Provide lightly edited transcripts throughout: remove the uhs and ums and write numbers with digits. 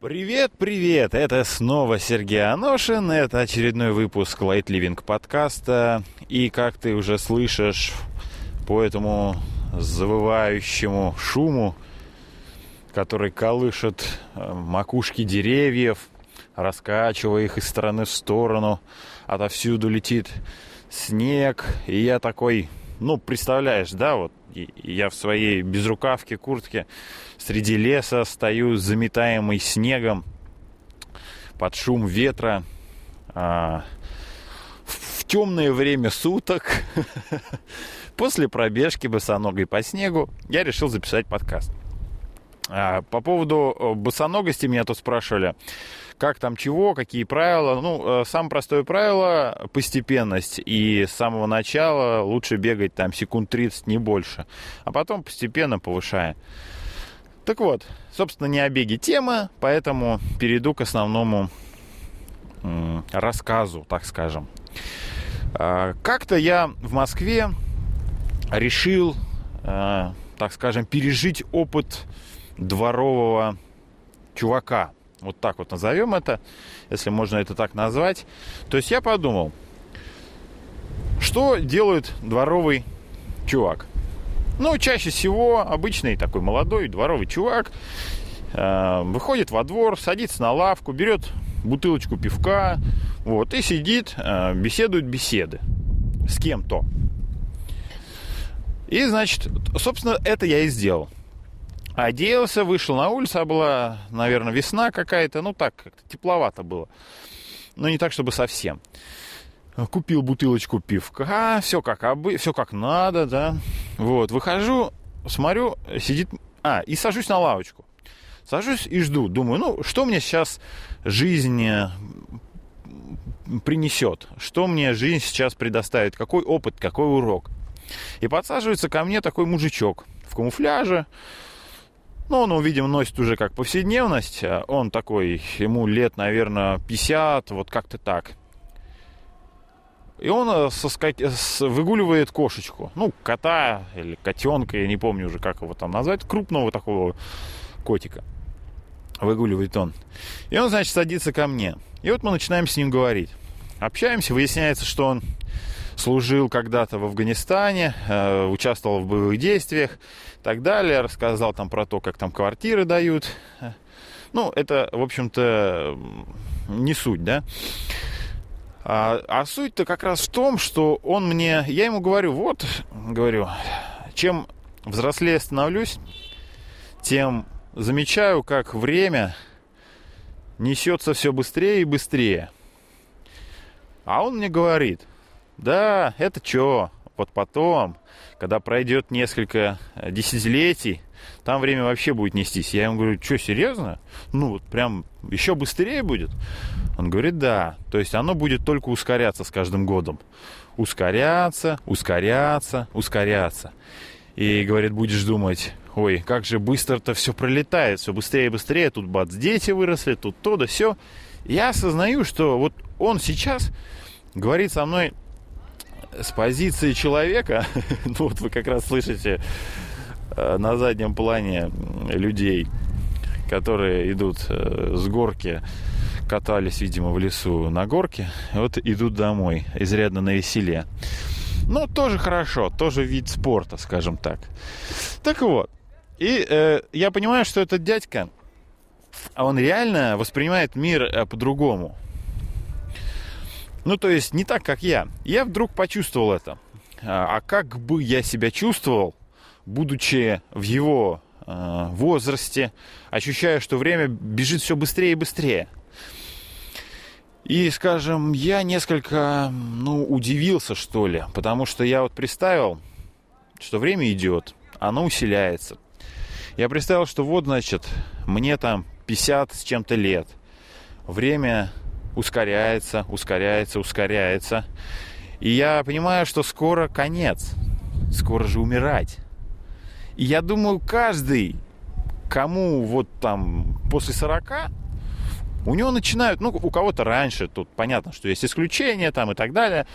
Привет! Это снова Сергей Аношин, это очередной выпуск Light Living подкаста. И как ты уже слышишь по этому завывающему шуму, который колышет макушки деревьев, раскачивая их из стороны в сторону, отовсюду летит снег, и я такой, представляешь, да, вот я в своей безрукавке, куртке среди леса стою, заметаемый снегом под шум ветра в темное время суток. После пробежки босоногой по снегу я решил записать подкаст. По поводу босоногости меня тут спрашивали, как там чего, какие правила. Самое простое правило – постепенность. И с самого начала лучше бегать там секунд 30, не больше. А потом постепенно повышая. Так вот, собственно, не о беге тема, поэтому перейду к основному рассказу, так скажем. Как-то я в Москве решил, так скажем, пережить опыт дворового чувака. Вот так вот назовем это, если можно это так назвать. То есть я подумал, что делает дворовый чувак? Чаще всего обычный такой молодой дворовый чувак выходит во двор, садится на лавку, берет бутылочку пивка, и сидит, беседует беседы с кем-то. И, значит, собственно, это я и сделал. Оделся, вышел на улицу, а была, наверное, весна какая-то, так как-то тепловато было. Но не так, чтобы совсем. Купил бутылочку пивка, все как надо, да. Выхожу, смотрю, сидит... и сажусь на лавочку. Сажусь и жду, думаю, что мне сейчас жизнь принесет? Что мне жизнь сейчас предоставит? Какой опыт, какой урок? И подсаживается ко мне такой мужичок в камуфляже. Он, видимо, носит уже как повседневность. Он такой, ему лет, наверное, 50, вот как-то так. И он выгуливает кошечку. Кота или котенка, я не помню уже, как его там назвать. Крупного такого котика выгуливает он. И он, значит, садится ко мне. И мы начинаем с ним говорить. Общаемся, выясняется, что он служил когда-то в Афганистане, участвовал в боевых действиях и так далее. Рассказал там про то, как там квартиры дают. Это, в общем-то, не суть, да? А суть-то как раз в том, что он мне... Я ему говорю, чем взрослее становлюсь, тем замечаю, как время несется все быстрее и быстрее. А он мне говорит... Да, это что? Вот потом, когда пройдет несколько десятилетий, там время вообще будет нестись. Я ему говорю, что, серьезно? Прям еще быстрее будет? Он говорит, да. То есть оно будет только ускоряться с каждым годом. Ускоряться. И, говорит, будешь думать, ой, как же быстро-то все пролетает, все быстрее и быстрее. Тут, бац, дети выросли, тут то да сё. Я осознаю, что он сейчас говорит со мной с позиции человека, вы как раз слышите на заднем плане людей, которые идут с горки, катались, видимо, в лесу на горке, идут домой, изрядно навеселе. Тоже хорошо, тоже вид спорта, скажем так. Так вот, и я понимаю, что этот дядька, он реально воспринимает мир по-другому. То есть не так, как я. Я вдруг почувствовал это. А как бы я себя чувствовал, будучи в его возрасте, ощущая, что время бежит все быстрее и быстрее. И, скажем, я несколько, удивился, что ли. Потому что я представил, что время идет, оно усиляется. Я представил, что значит, мне там 50 с чем-то лет. Время... ускоряется. И я понимаю, что скоро конец. Скоро же умирать. И я думаю, каждый, кому после 40, у него начинают, у кого-то раньше, тут понятно, что есть исключения там и так далее.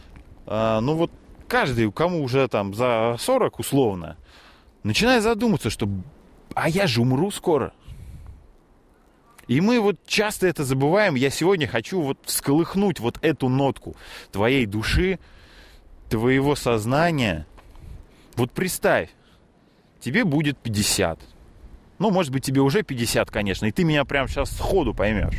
Каждый, кому уже за 40 условно, начинает задуматься, что а я же умру скоро. И мы вот часто это забываем. Я сегодня хочу вот всколыхнуть вот эту нотку твоей души, твоего сознания. Вот представь, тебе будет 50. Ну, может быть, тебе уже 50, конечно, и ты меня прямо сейчас сходу поймешь.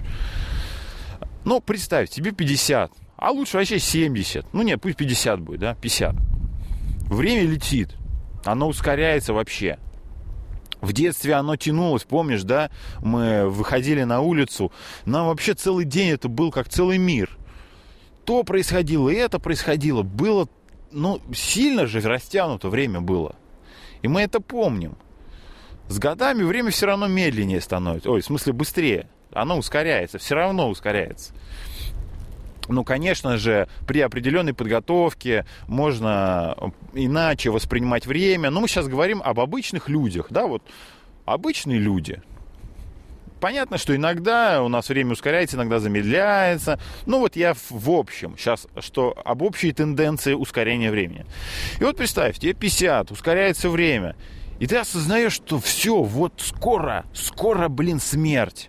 Но представь, тебе 50, а лучше вообще 70. Ну нет, пусть 50 будет, да, 50. Время летит, оно ускоряется вообще. В детстве оно тянулось, помнишь, да? Мы выходили на улицу, нам вообще целый день это был как целый мир. То происходило, и это происходило. Было, ну, сильно же растянуто время было. И мы это помним. С годами время все равно медленнее становится. Ой, в смысле быстрее. Оно ускоряется, все равно ускоряется. Ну, конечно же, при определенной подготовке можно иначе воспринимать время. Но мы сейчас говорим об обычных людях, да, вот обычные люди. Понятно, что иногда у нас время ускоряется, иногда замедляется. Ну, вот я в общем сейчас, что об общей тенденции ускорения времени. И вот представь, тебе 50, ускоряется время. И ты осознаешь, что все, вот скоро, блин, смерть.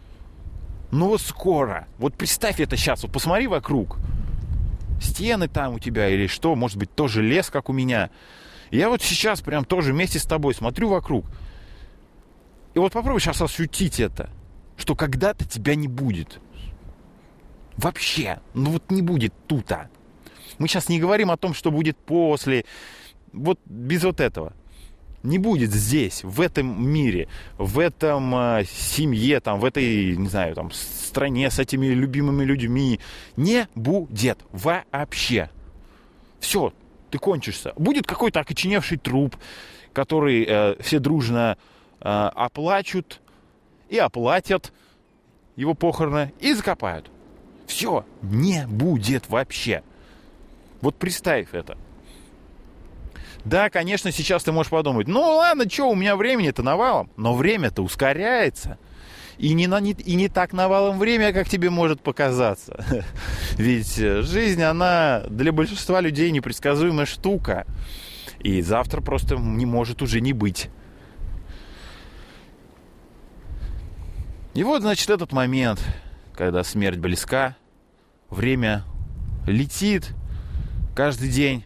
Ну вот скоро. Вот представь это сейчас. Вот посмотри вокруг. Стены там у тебя или что. Может быть, тоже лес, как у меня. Я вот сейчас прям тоже вместе с тобой смотрю вокруг. И вот попробуй сейчас ощутить это. Что когда-то тебя не будет. Вообще. Ну вот не будет тута. Мы сейчас не говорим о том, что будет после. Вот без вот этого. Не будет здесь, в этом мире, в этом семье, там, в этой, не знаю, там, стране с этими любимыми людьми. Не будет вообще. Все, ты кончишься. Будет какой-то окоченевший труп, который все дружно оплачут и оплатят его похороны и закопают. Все, не будет вообще. Вот представь это. Да, конечно, сейчас ты можешь подумать, ну ладно, что, у меня времени-то навалом. Но время-то ускоряется. И не так навалом время, как тебе может показаться. Ведь жизнь, она для большинства людей непредсказуемая штука. И завтра просто не может уже не быть. И вот, значит, этот момент, когда смерть близка, время летит каждый день.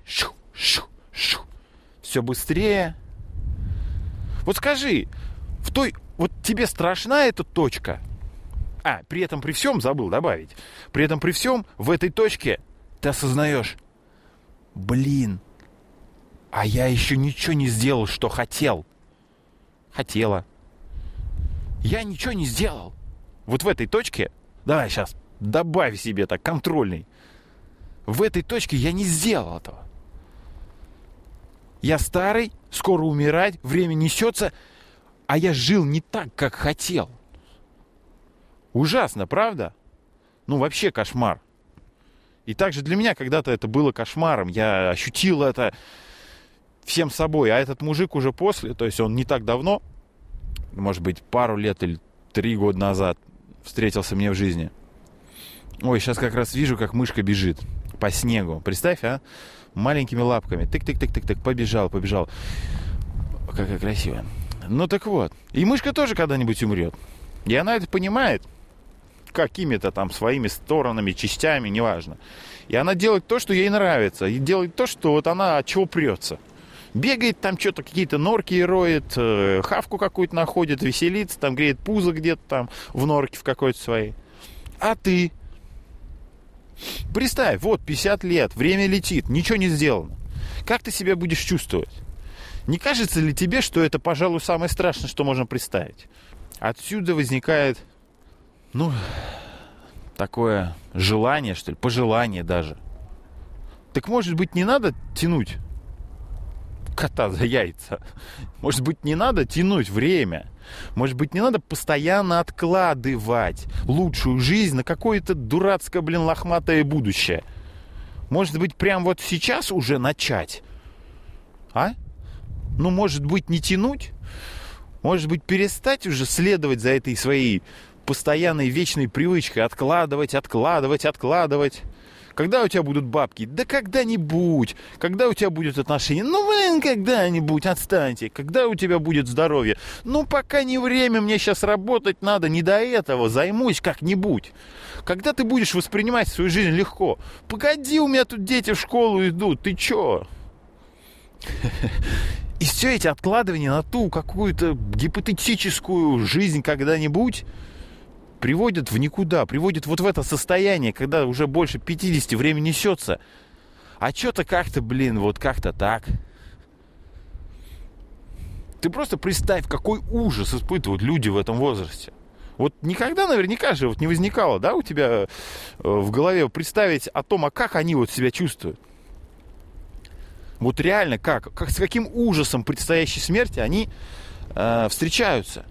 Все быстрее. Вот скажи, вот тебе страшна эта точка? При этом при всем, забыл добавить, при этом при всем в этой точке ты осознаешь, блин, а я еще ничего не сделал, что хотела. Я ничего не сделал. Вот в этой точке, давай сейчас добавь себе так, контрольный. В этой точке я не сделал этого. Я старый, скоро умирать, время несется, а я жил не так, как хотел. Ужасно, правда? Ну, вообще кошмар. И также для меня когда-то это было кошмаром. Я ощутил это всем собой. А этот мужик уже после, то есть он не так давно, может быть, пару лет или 3 года назад встретился мне в жизни. Ой, сейчас как раз вижу, как мышка бежит по снегу. Представь, а? Маленькими лапками. Тык-тык-тык-тык-тык. Побежал. Какая красивая. Ну так вот. И мышка тоже когда-нибудь умрет. И она это понимает. Какими-то там своими сторонами, частями, неважно. И она делает то, что ей нравится. И делает то, что вот она от чего прется. Бегает там что-то, какие-то норки роет, хавку какую-то находит, веселится, там греет пузо где-то там в норке в какой-то своей. А ты? Представь, вот 50 лет, время летит, ничего не сделано. Как ты себя будешь чувствовать? Не кажется ли тебе, что это, пожалуй, самое страшное, что можно представить? Отсюда возникает, такое желание, что ли, пожелание даже. Так, может быть, не надо тянуть кота за яйца? Может быть, не надо тянуть время? Может быть, не надо постоянно откладывать лучшую жизнь на какое-то дурацкое, лохматое будущее? Может быть, прям вот сейчас уже начать? Может быть, не тянуть? Может быть, перестать уже следовать за этой своей постоянной вечной привычкой откладывать? Когда у тебя будут бабки? Да когда-нибудь. Когда у тебя будет отношения? Ну, блин, когда-нибудь, отстаньте. Когда у тебя будет здоровье? Ну, пока не время, мне сейчас работать надо, не до этого, займусь как-нибудь. Когда ты будешь воспринимать свою жизнь легко? Погоди, у меня тут дети в школу идут, ты чё? И все эти откладывания на ту какую-то гипотетическую жизнь когда-нибудь приводят в никуда, приводят вот в это состояние, когда уже больше 50 время несется. А что-то как-то, вот как-то так. Ты просто представь, какой ужас испытывают люди в этом возрасте. Вот никогда наверняка же не возникало, да, у тебя в голове представить о том, а как они вот себя чувствуют. Вот реально как с каким ужасом предстоящей смерти они встречаются.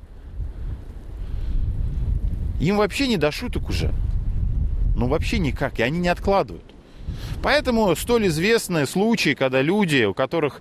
Им вообще не до шуток уже. Ну, вообще никак. И они не откладывают. Поэтому столь известны случаи, когда люди, которым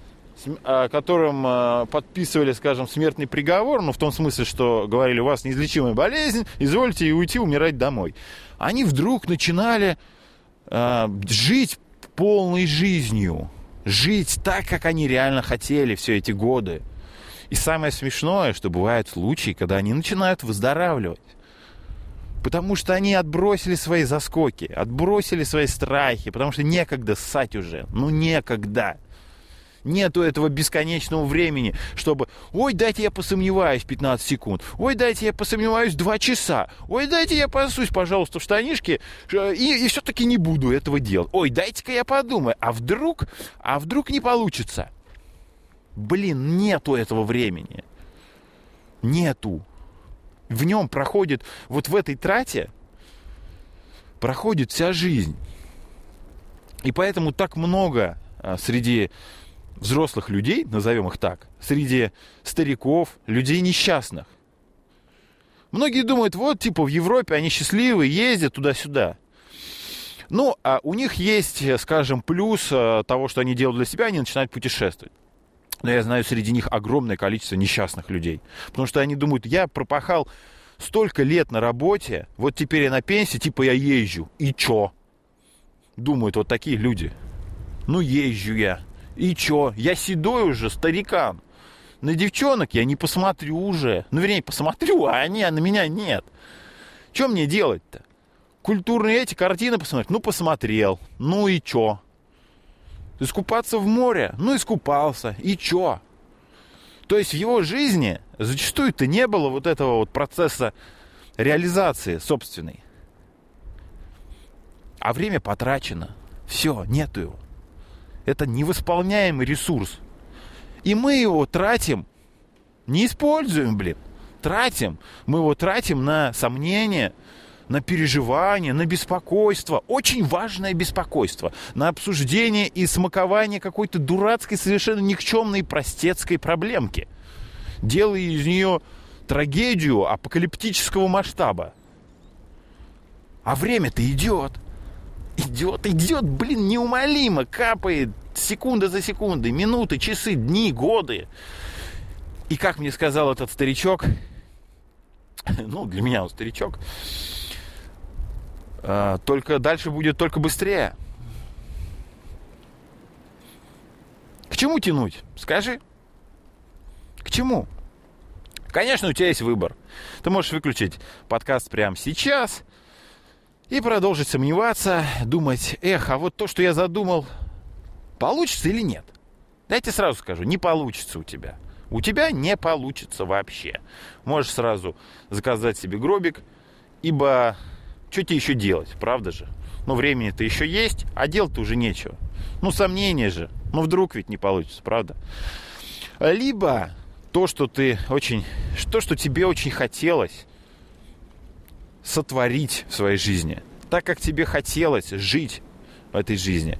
подписывали, скажем, смертный приговор, ну, в том смысле, что говорили, у вас неизлечимая болезнь, извольте и уйти умирать домой. Они вдруг начинали жить полной жизнью. Жить так, как они реально хотели все эти годы. И самое смешное, что бывают случаи, когда они начинают выздоравливать. Потому что они отбросили свои заскоки, отбросили свои страхи, потому что некогда ссать уже. Ну, некогда. Нету этого бесконечного времени, чтобы, ой, дайте я посомневаюсь 15 секунд, ой, дайте я посомневаюсь 2 часа, ой, дайте я пасусь, пожалуйста, в штанишки, и все-таки не буду этого делать. Ой, дайте-ка я подумаю, а вдруг не получится? Блин, нету этого времени. Нету. В нем проходит, вот в этой трате проходит вся жизнь. И поэтому так много среди взрослых людей, назовем их так, среди стариков, людей несчастных. Многие думают, вот, типа, в Европе они счастливые, ездят туда-сюда. Ну, а у них есть, скажем, плюс того, что они делают для себя, они начинают путешествовать. Но я знаю среди них огромное количество несчастных людей. Потому что они думают, я пропахал столько лет на работе, вот теперь я на пенсии, типа я езжу. И чё? Думают вот такие люди. Ну, езжу я. И чё? Я седой уже, старикан. На девчонок я не посмотрю уже. Ну, вернее, посмотрю, а они на меня нет. Чё мне делать-то? Культурные эти картины посмотреть? Ну, посмотрел. Ну и чё? Искупаться в море? Ну, искупался. И чё? То есть в его жизни зачастую-то не было вот этого вот процесса реализации собственной. А время потрачено. Все, нету его. Это невосполняемый ресурс. И мы его тратим, не используем, тратим. Мы его тратим на сомнения, на переживания, на беспокойство. Очень важное беспокойство. На обсуждение и смакование какой-то дурацкой, совершенно никчемной простецкой проблемки. Делая из нее трагедию апокалиптического масштаба. А время-то идет. Идет, неумолимо. Капает секунда за секундой, минуты, часы, дни, годы. И как мне сказал этот старичок, ну, для меня он старичок, только дальше будет только быстрее. К чему тянуть? Скажи. К чему? Конечно, у тебя есть выбор. Ты можешь выключить подкаст прямо сейчас и продолжить сомневаться, думать, а вот то, что я задумал, получится или нет? Дайте сразу скажу, не получится у тебя. У тебя не получится вообще. Можешь сразу заказать себе гробик, ибо что тебе еще делать, правда же? Ну, времени-то еще есть, а делать-то уже нечего. Ну, сомнения же. Ну, вдруг ведь не получится, правда? Либо то, что тебе очень хотелось сотворить в своей жизни, так как тебе хотелось жить в этой жизни,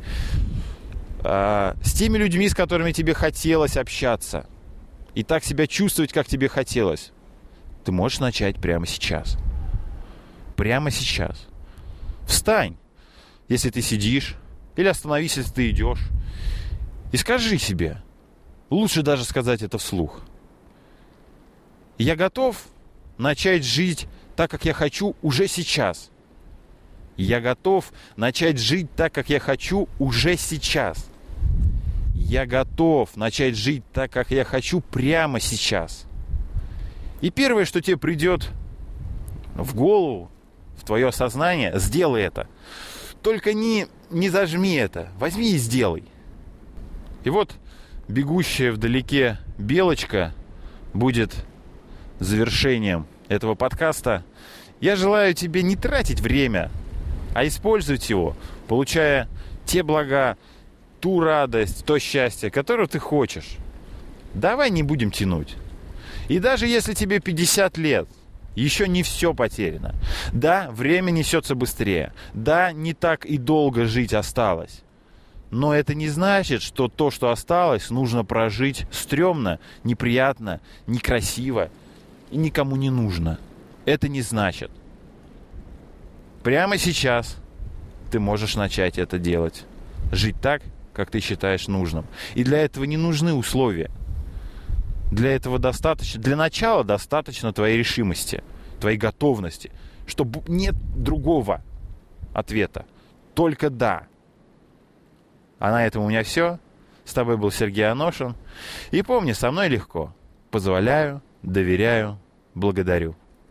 с теми людьми, с которыми тебе хотелось общаться, и так себя чувствовать, как тебе хотелось, ты можешь начать прямо сейчас. Прямо сейчас. Встань, если ты сидишь, или остановись, если ты идешь, и скажи себе, лучше даже сказать это вслух: я готов начать жить так, как я хочу уже сейчас. Я готов начать жить так, как я хочу уже сейчас. Я готов начать жить так, как я хочу прямо сейчас. И первое, что тебе придет в голову, в твое сознание, сделай это. Только не зажми это. Возьми и сделай. И вот бегущая вдалеке белочка будет завершением этого подкаста. Я желаю тебе не тратить время, а использовать его, получая те блага, ту радость, то счастье, которое ты хочешь. Давай не будем тянуть. И даже если тебе 50 лет, еще не все потеряно. Да, время несется быстрее. Да, не так и долго жить осталось. Но это не значит, что то, что осталось, нужно прожить стрёмно, неприятно, некрасиво и никому не нужно. Это не значит. Прямо сейчас ты можешь начать это делать. Жить так, как ты считаешь нужным. И для этого не нужны условия. Для этого достаточно, для начала достаточно твоей решимости, твоей готовности, чтобы нет другого ответа, только да. А на этом у меня все. С тобой был Сергей Аношин. И помни, со мной легко. Позволяю, доверяю, благодарю.